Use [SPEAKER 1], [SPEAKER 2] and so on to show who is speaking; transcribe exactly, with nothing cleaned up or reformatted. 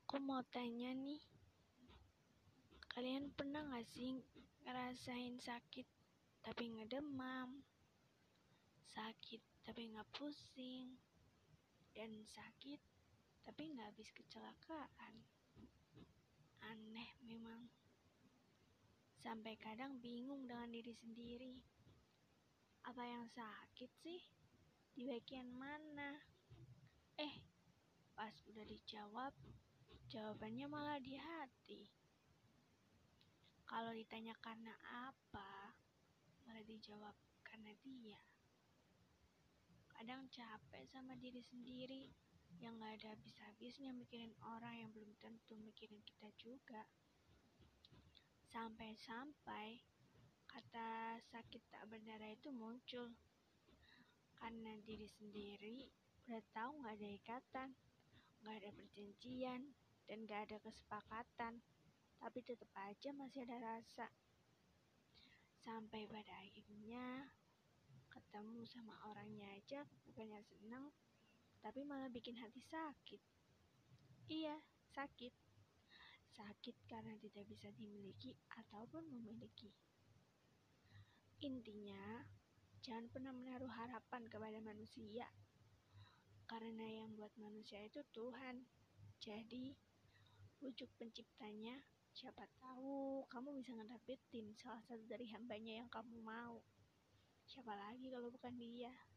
[SPEAKER 1] Aku mau tanya nih, kalian pernah gak sih ngerasain sakit tapi gak demam, sakit tapi gak pusing, dan sakit tapi gak habis kecelakaan? Aneh memang. Sampai kadang bingung dengan diri sendiri. Apa yang sakit sih? Di bagian mana? Eh, pas udah dijawab, jawabannya malah di hati. Kalau ditanya karena apa, malah dijawab karena dia. Kadang capek sama diri sendiri yang gak ada habis-habisnya mikirin orang yang belum tentu mikirin kita juga. Sampai-sampai kata sakit tak berdarah itu muncul karena diri sendiri udah tahu gak ada ikatan, gak ada perjanjian, dan gak ada kesepakatan, tapi tetap aja masih ada rasa. Sampai pada akhirnya ketemu sama orangnya aja bukannya senang, tapi malah bikin hati sakit. Iya, sakit. Sakit karena tidak bisa dimiliki ataupun memiliki. Intinya, jangan pernah menaruh harapan kepada manusia, karena yang buat manusia itu Tuhan. Jadi, ujuk penciptanya, siapa tahu kamu bisa ngedapetin salah satu dari hambanya yang kamu mau. Siapa lagi kalau bukan dia?